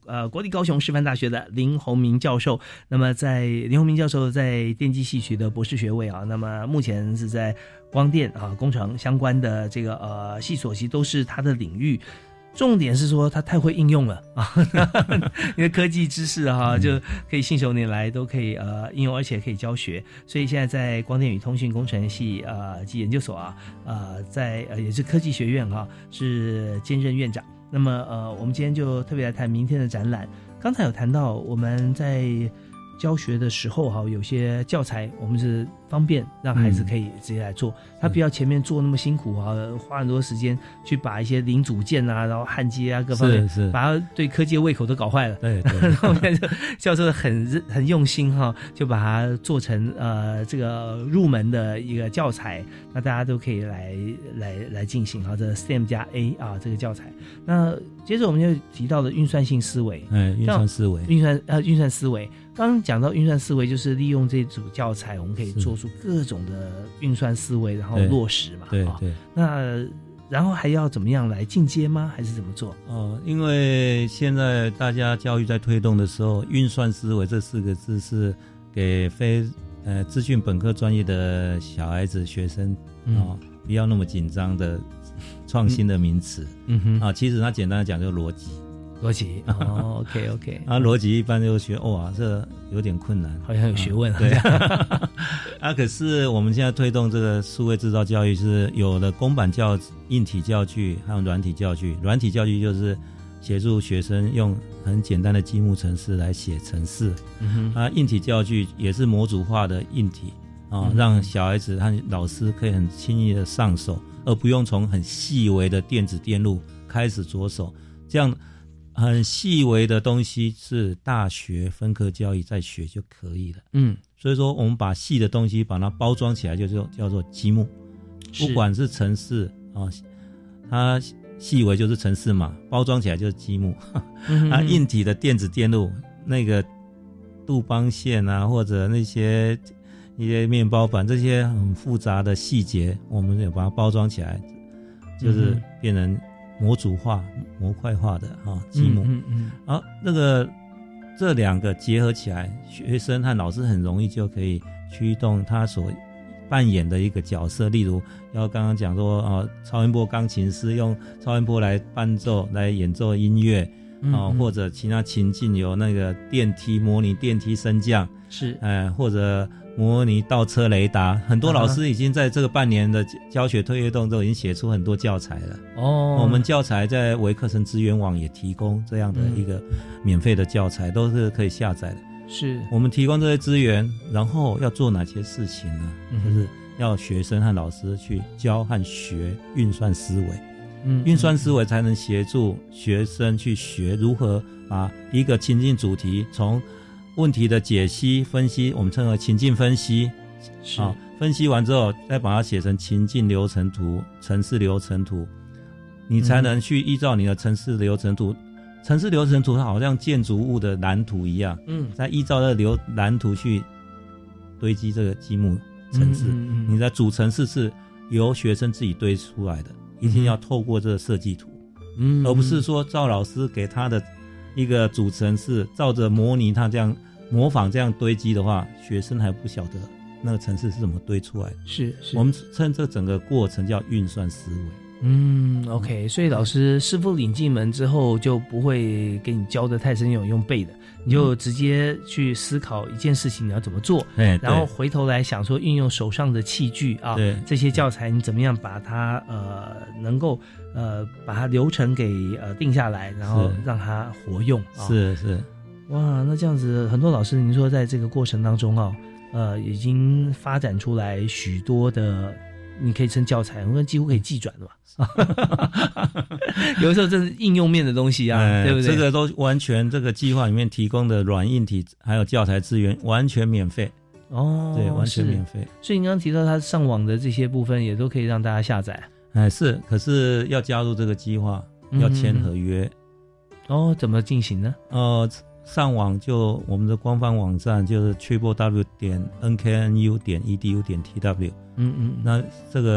呃国立高雄师范大学的林宏明教授。那么在林宏明教授在电机系取得博士学位啊，那么目前是在光电啊工程相关的这个呃系所，其实都是他的领域。重点是说他太会应用了啊，因为科技知识哈、啊、就可以信手拈来，都可以呃应用，而且可以教学。所以现在在光电与通讯工程系呃及研究所啊，呃在呃也是科技学院哈、啊，是兼任院长。那么呃我们今天就特别来谈明天的展览。刚才有谈到我们在教学的时候哈，有些教材我们是方便让孩子可以直接来做，嗯、他不要前面做那么辛苦哈，花很多时间去把一些零组件啊，然后焊接啊各方面， 是是把他对科技的胃口都搞坏了。对对，然后教授很很用心哈，就把它做成呃这个入门的一个教材，那大家都可以来来来进行哈，这 S T E M 加 A 啊这个教材。那接着我们就提到了运算性思维， 嗯，运算思维， 运算呃运算思维。刚刚讲到运算思维，就是利用这组教材，我们可以做出各种的运算思维，然后落实嘛。 对 对, 对、哦。 那然后还要怎么样来进阶吗？还是怎么做？ 哦，因为现在大家教育在推动的时候，运算思维这四个字是给非呃资讯本科专业的小孩子学生啊、嗯哦，不要那么紧张的创新的名词。嗯哼。啊，其实它简单的讲就是逻辑。 逻辑哦 ，OK OK， 啊，逻辑一般就学哇，这有点困难， 好像有学问、啊。 对，啊，可是我们现在推动这个数位制造教育，是有了公版教硬体教具，还有软体教具。软体教具就是协助学生用很简单的积木程式来写程式，嗯、啊，硬体教具也是模组化的硬体啊、嗯，让小孩子和老师可以很轻易的上手，而不用从很细微的电子电路开始着手，这样。很细微的东西是大学分科教育在学就可以了，嗯，所以说我们把细的东西把它包装起来，就叫叫做积木。不管是程式啊，它细微就是程式嘛，包装起来就是积木。嗯、啊，硬体的电子电路那个杜邦线啊，或者那些一些面包板这些很复杂的细节，我们也把它包装起来，就是变成。模组化、模块化的哈积木，嗯嗯，好、啊，那个这两个结合起来，学生和老师很容易就可以驱动他所扮演的一个角色。例如，要刚刚讲说啊，超音波钢琴师用超音波来伴奏、来演奏音乐啊、嗯，或者其他情境有那个电梯模拟电梯升降，是，呃，或者。模拟倒车雷达，很多老师已经在这个半年的教学推动都已经写出很多教材了。哦，我们教材在微课程资源网也提供这样的一个免费的教材，嗯、都是可以下载的。是，我们提供这些资源，然后要做哪些事情呢？嗯、就是要学生和老师去教和学运算思维。嗯，运算思维才能协助学生去学如何把一个情境主题从问题的解析分析，我们称为情境分析，是、啊、分析完之后再把它写成情境流程图、程式流程图，你才能去依照你的程式流程图。嗯、程式流程图它好像建筑物的蓝图一样，嗯，再依照这个流蓝图去堆积这个积木程式。嗯嗯嗯，你的主程式是由学生自己堆出来的，一定要透过这个设计图，嗯，而不是说赵老师给他的。一个主程式照着模拟它这样模仿这样堆积的话，学生还不晓得那个程式是怎么堆出来的。是，是我们称这整个过程叫运算思维。嗯 ，OK， 所以老师师傅领进门之后，就不会给你教的太深有用背的，你就直接去思考一件事情你要怎么做，嗯、然后回头来想说运用手上的器具啊，这些教材你怎么样把它呃能够。呃，把它流程给呃定下来，然后让它活用。是、哦、是，哇，那这样子，很多老师，您说在这个过程当中啊，呃，已经发展出来许多的，你可以称教材，我们几乎可以技转的嘛。有的时候这是应用面的东西啊，嗯、对不对？这个都完全这个计划里面提供的软硬体还有教材资源完全免费。哦，对，完全免费。所以你刚刚提到他上网的这些部分，也都可以让大家下载。哎，是，可是要加入这个计划，要签合约。嗯、哦，怎么进行呢？呃，上网就我们的官方网站就是 triple w 点 n k n u 点 e d u 点 t w。嗯嗯，那这个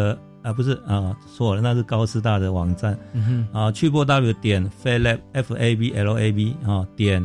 啊，不是啊，错了，那是高师大的网站。嗯哼，啊 ，triple w 点 fablab f a b l a b 啊点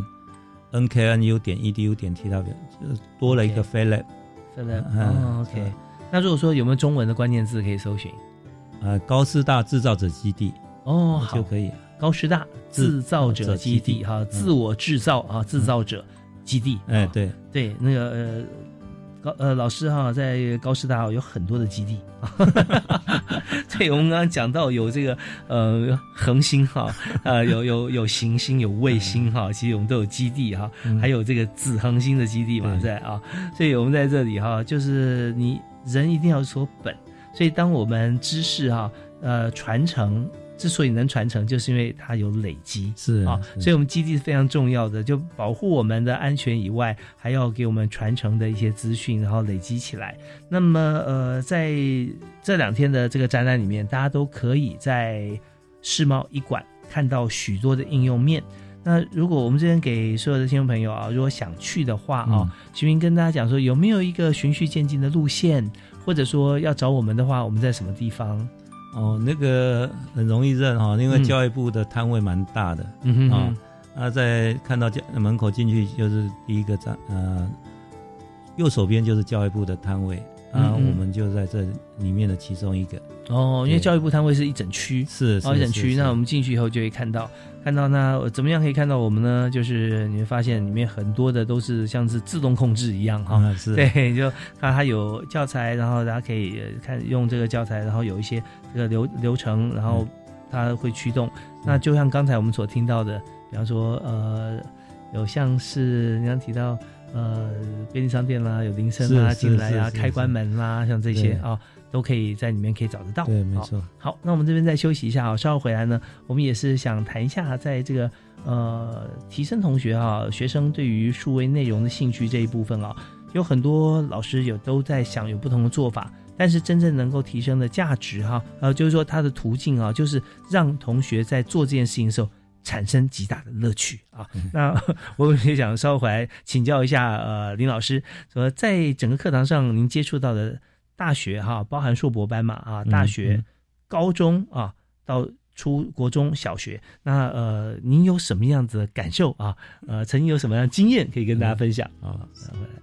n k n u 点 e d u 点 t w， 就多了一个 fablab。 fablab， 哦 ，OK。那如果说有没有中文的关键字可以搜寻？ 呃，高师大制造者基地哦， 就可以。 高师大制造者基地哈，自我制造啊，制造者基地。 哎，对对，那个呃。高呃，老师哈，在高师大有很多的基地，对，我们刚刚讲到有这个呃恒星哈，呃有有有行星有卫星哈，其实我们都有基地哈，还有这个子恒星的基地嘛在啊，所以我们在这里哈，就是你人一定要说本，所以当我们知识哈呃传承。之所以能传承，就是因为它有累积， 是啊，所以我们基地是非常重要的，就保护我们的安全以外，还要给我们传承的一些资讯，然后累积起来。那么，呃，在这两天的这个展览里面，大家都可以在世贸一馆看到许多的应用面。那如果我们这边给所有的听众朋友啊，如果想去的话啊，徐明跟大家讲说，有没有一个循序渐进的路线，或者说要找我们的话，我们在什么地方？ 哦，那个很容易认哈，因为教育部的摊位蛮大的，嗯哼，啊，在看到门口进去就是第一个站，呃，右手边就是教育部的摊位，啊，我们就在这里面的其中一个。 哦，因为教育部摊位是一整区， 是， 哦，一整区，那我们进去以后就会看到，看到那怎么样可以看到我们呢？就是你会发现里面很多的都是像是自动控制一样哈， 嗯、是， 对，就看它有教材，然后大家可以看用这个教材，然后有一些这个流流程，然后它会驱动。嗯、那就像刚才我们所听到的，比方说呃，有像是你刚提到呃便利商店啦，有铃声啦进来啊，开关门啦，像这些啊。都可以在里面可以找得到。 对，没错。 好，那我们这边再休息一下啊，稍后回来呢，我们也是想谈一下，在这个呃提升同学啊，学生对于数位内容的兴趣这一部分啊，有很多老师有都在想有不同的做法，但是真正能够提升的价值哈、啊，呃，就是说它的途径啊，就是让同学在做这件事情的时候产生极大的乐趣啊。嗯、那我也想稍后回来请教一下呃林老师，说在整个课堂上您接触到的。大学哈，包含硕博班嘛啊，大学、嗯嗯、高中啊，到初国中小学，那呃，您有什么样子的感受啊？呃，曾经有什么样的经验可以跟大家分享啊？回来。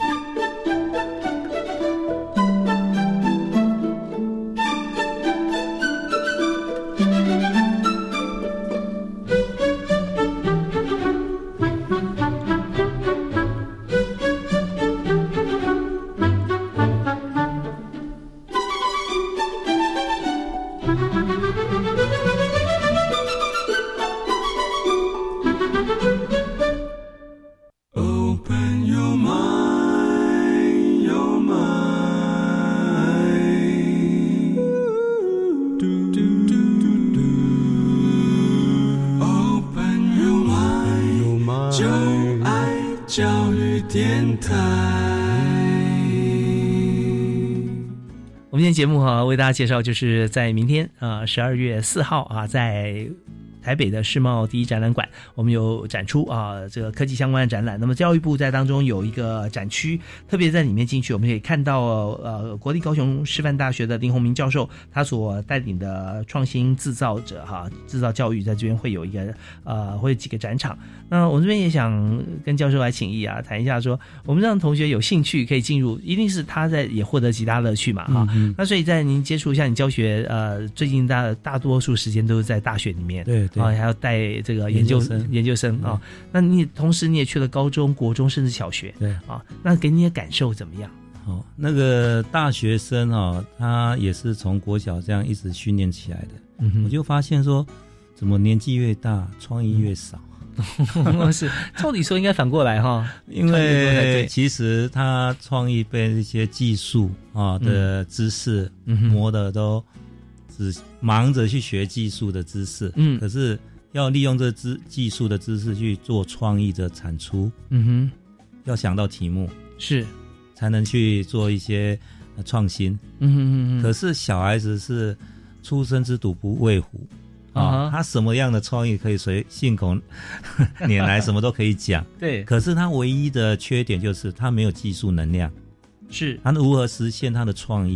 我们今天节目哈、啊，为大家介绍，就是在明天啊，十二月四号啊，在台北的世贸第一展览馆，我们有展出啊这个科技相关的展览。那么教育部在当中有一个展区，特别在里面进去，我们可以看到呃国立高雄师范大学的林鸿明教授他所带领的创新制造者哈制造教育，在这边会有一个呃会有几个展场。那我们这边也想跟教授来请益啊，谈一下说，我们让同学有兴趣可以进入，一定是他在也获得极大乐趣嘛哈、嗯。那所以在您接触一下你教学，呃，最近大大多数时间都是在大学里面， 对对， 啊，还要带这个研究生研究生啊、哦。那你同时你也去了高中、国中甚至小学， 对啊，那给你的感受怎么样？ 哦，那个大学生哦，他也是从国小这样一直训练起来的。嗯哼，我就发现说，怎么年纪越大，创意越少。 嗯、是，照理说应该反过来哈， 因为其实他创意被一些技术啊的知识磨的都只忙着去学技术的知识，嗯，可是要利用这知技术的知识去做创意的产出，嗯哼，要想到题目是， 才能去做一些创新，嗯哼嗯哼。可是小孩子是初生之犊不畏虎。啊、哦，他什么样的创意可以随信口拈来，什么都可以讲。 对， 可是他唯一的缺点就是他没有技术能量。 是， 他如何实现他的创意？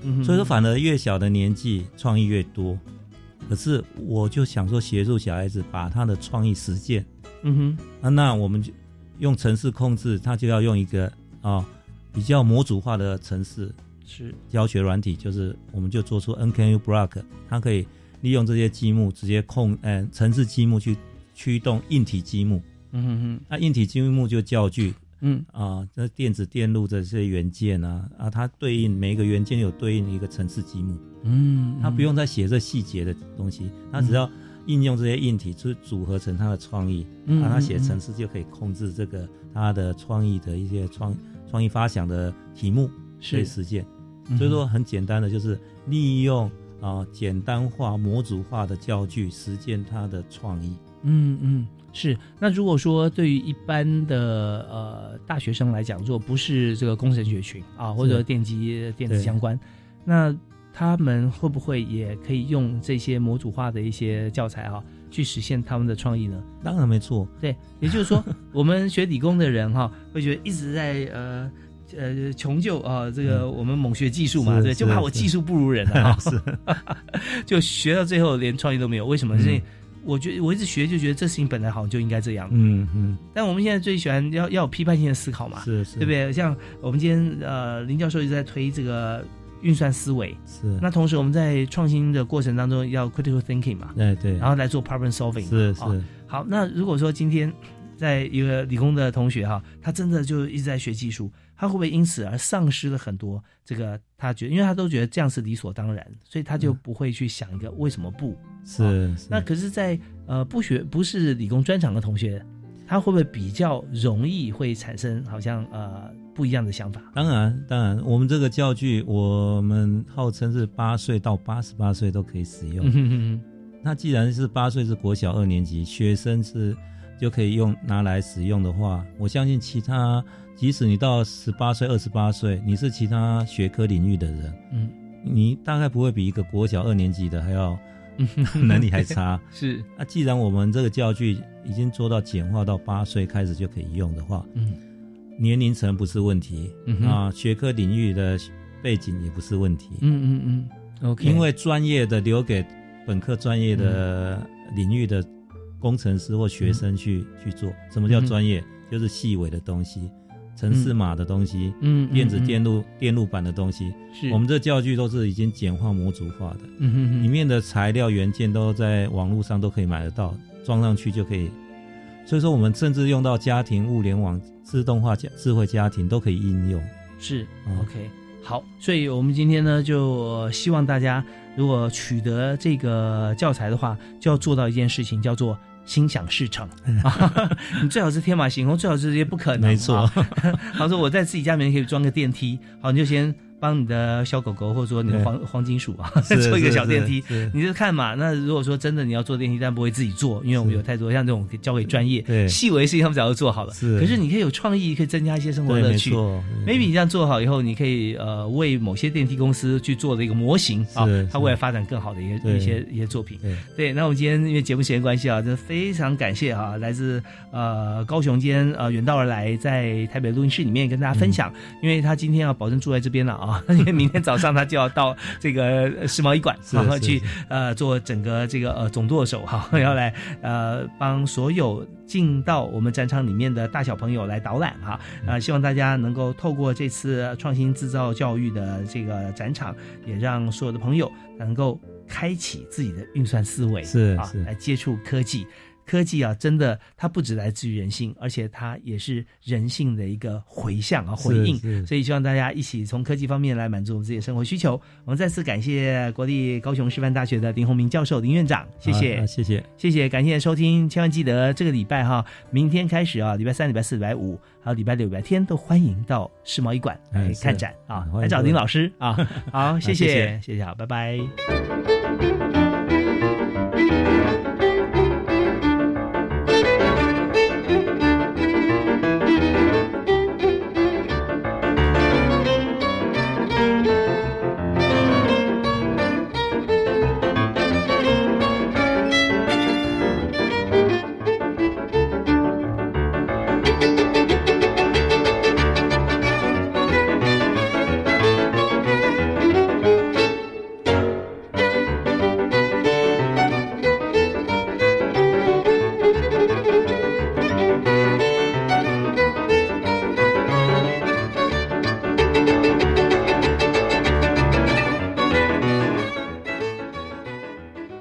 嗯、所以说反而越小的年纪创意越多。可是我就想说协助小孩子把他的创意实践，嗯哼，啊，那我们就用程式控制，他就要用一个啊比较模组化的程式是教学软体，就是我们就做出 N K U Block， 它可以利用这些积木直接控呃程式积木去驱动硬体积木，嗯哼哼，那硬体积木就教具。嗯啊，这电子电路这些元件啊啊，它对应每一个元件有对应一个程式积木，嗯，它不用再写这细节的东西，它只要应用这些硬体去组合成它的创意，嗯，啊，它写程式就可以控制这个它的创意的一些创创意发想的题目可以实践，所以说很简单的就是利用啊简单化模组化的教具实践它的创意， 嗯嗯。是，那如果说对于一般的呃大学生来讲，如果不是这个工程学群啊，或者电机电子相关，那他们会不会也可以用这些模组化的一些教材啊，去实现他们的创意呢？ 当然没错， 对，也就是说，我们学理工的人哈、啊，会觉得一直在呃。呃，穷究啊，这个我们猛学技术嘛，对，就怕我技术不如人了、啊，是，就学到最后连创意都没有。为什么？因为、嗯、我觉得我一直学就觉得这事情本来好像就应该这样，嗯嗯。但我们现在最喜欢要要有批判性的思考嘛，是是，对不对？像我们今天呃林教授一直在推这个运算思维，是。那同时我们在创新的过程当中要 critical thinking 嘛，对对，然后来做 problem solving， 是是、哦。好，那如果说今天在一个理工的同学哈，他真的就一直在学技术。他会不会因此而丧失了很多这个他觉得，因为他都觉得这样是理所当然，所以他就不会去想一个为什么不是、哦、是那可是在呃不学不是理工专长的同学，他会不会比较容易会产生好像呃不一样的想法？ 当然当然，我们这个教具我们号称是八岁到八十八岁都可以使用、嗯、哼哼，那既然是八岁是国小二年级学生是就可以用拿来使用的话，我相信其他即使你到十八岁二十八岁你是其他学科领域的人，嗯，你大概不会比一个国小二年级的还要能力还差是。那、啊、既然我们这个教具已经做到简化到八岁开始就可以用的话，嗯，年龄层不是问题、嗯、啊，学科领域的背景也不是问题，嗯嗯嗯 OK， 因为专业的留给本科专业的领域的工程师或学生去、嗯、去做。什么叫专业、嗯、就是细微的东西，程式码的东西，嗯，电子电路、嗯、电路板的东西，是我们这教具都是已经简化模组化的，嗯哼哼，里面的材料元件都在网络上都可以买得到，装上去就可以。所以说我们甚至用到家庭物联网、自动化智慧家庭都可以应用。 是、嗯、OK， 好，所以我们今天呢就希望大家如果取得这个教材的话，就要做到一件事情，叫做心想事成你最好是天马行空，最好是这些不可能，没错。好，说我在自己家里面可以装个电梯，好，你就先帮你的小狗狗或者说你的黄黄金鼠啊做一个小电梯，你就看嘛。那如果说真的你要做电梯，但不会自己做，因为我们有太多像这种交给专业细微的事情他们早就做好了，是。可是你可以有创意，可以增加一些生活乐趣。maybe 你这样做好以后，你可以呃为某些电梯公司去做的一个模型啊，它未来发展更好的一些一些一些作品。对, 对，那我们今天因为节目时间关系啊，真的非常感谢啊，来自呃高雄今天呃远道而来，在台北录音室里面跟大家分享，嗯、因为他今天要保证住在这边了啊，因为明天早上他就要到这个世贸医馆，然后去呃做整个这个呃总舵手哈，要来呃帮所有进到我们展场里面的大小朋友来导览哈，呃希望大家能够透过这次创新制造教育的这个展场，也让所有的朋友能够开启自己的运算思维，是啊，来接触科技。科技啊，真的它不只来自于人性，而且它也是人性的一个回向啊回应，所以希望大家一起从科技方面来满足我们自己的生活需求。我们再次感谢国立高雄师范大学的林宏明教授林院长，谢谢、啊、谢谢谢谢，感谢收听，千万记得这个礼拜哈，明天开始啊，礼拜三礼拜四礼拜五还有礼拜六礼拜天都欢迎到世贸医馆来看展啊，来找林老师啊，好谢谢谢谢，好拜拜。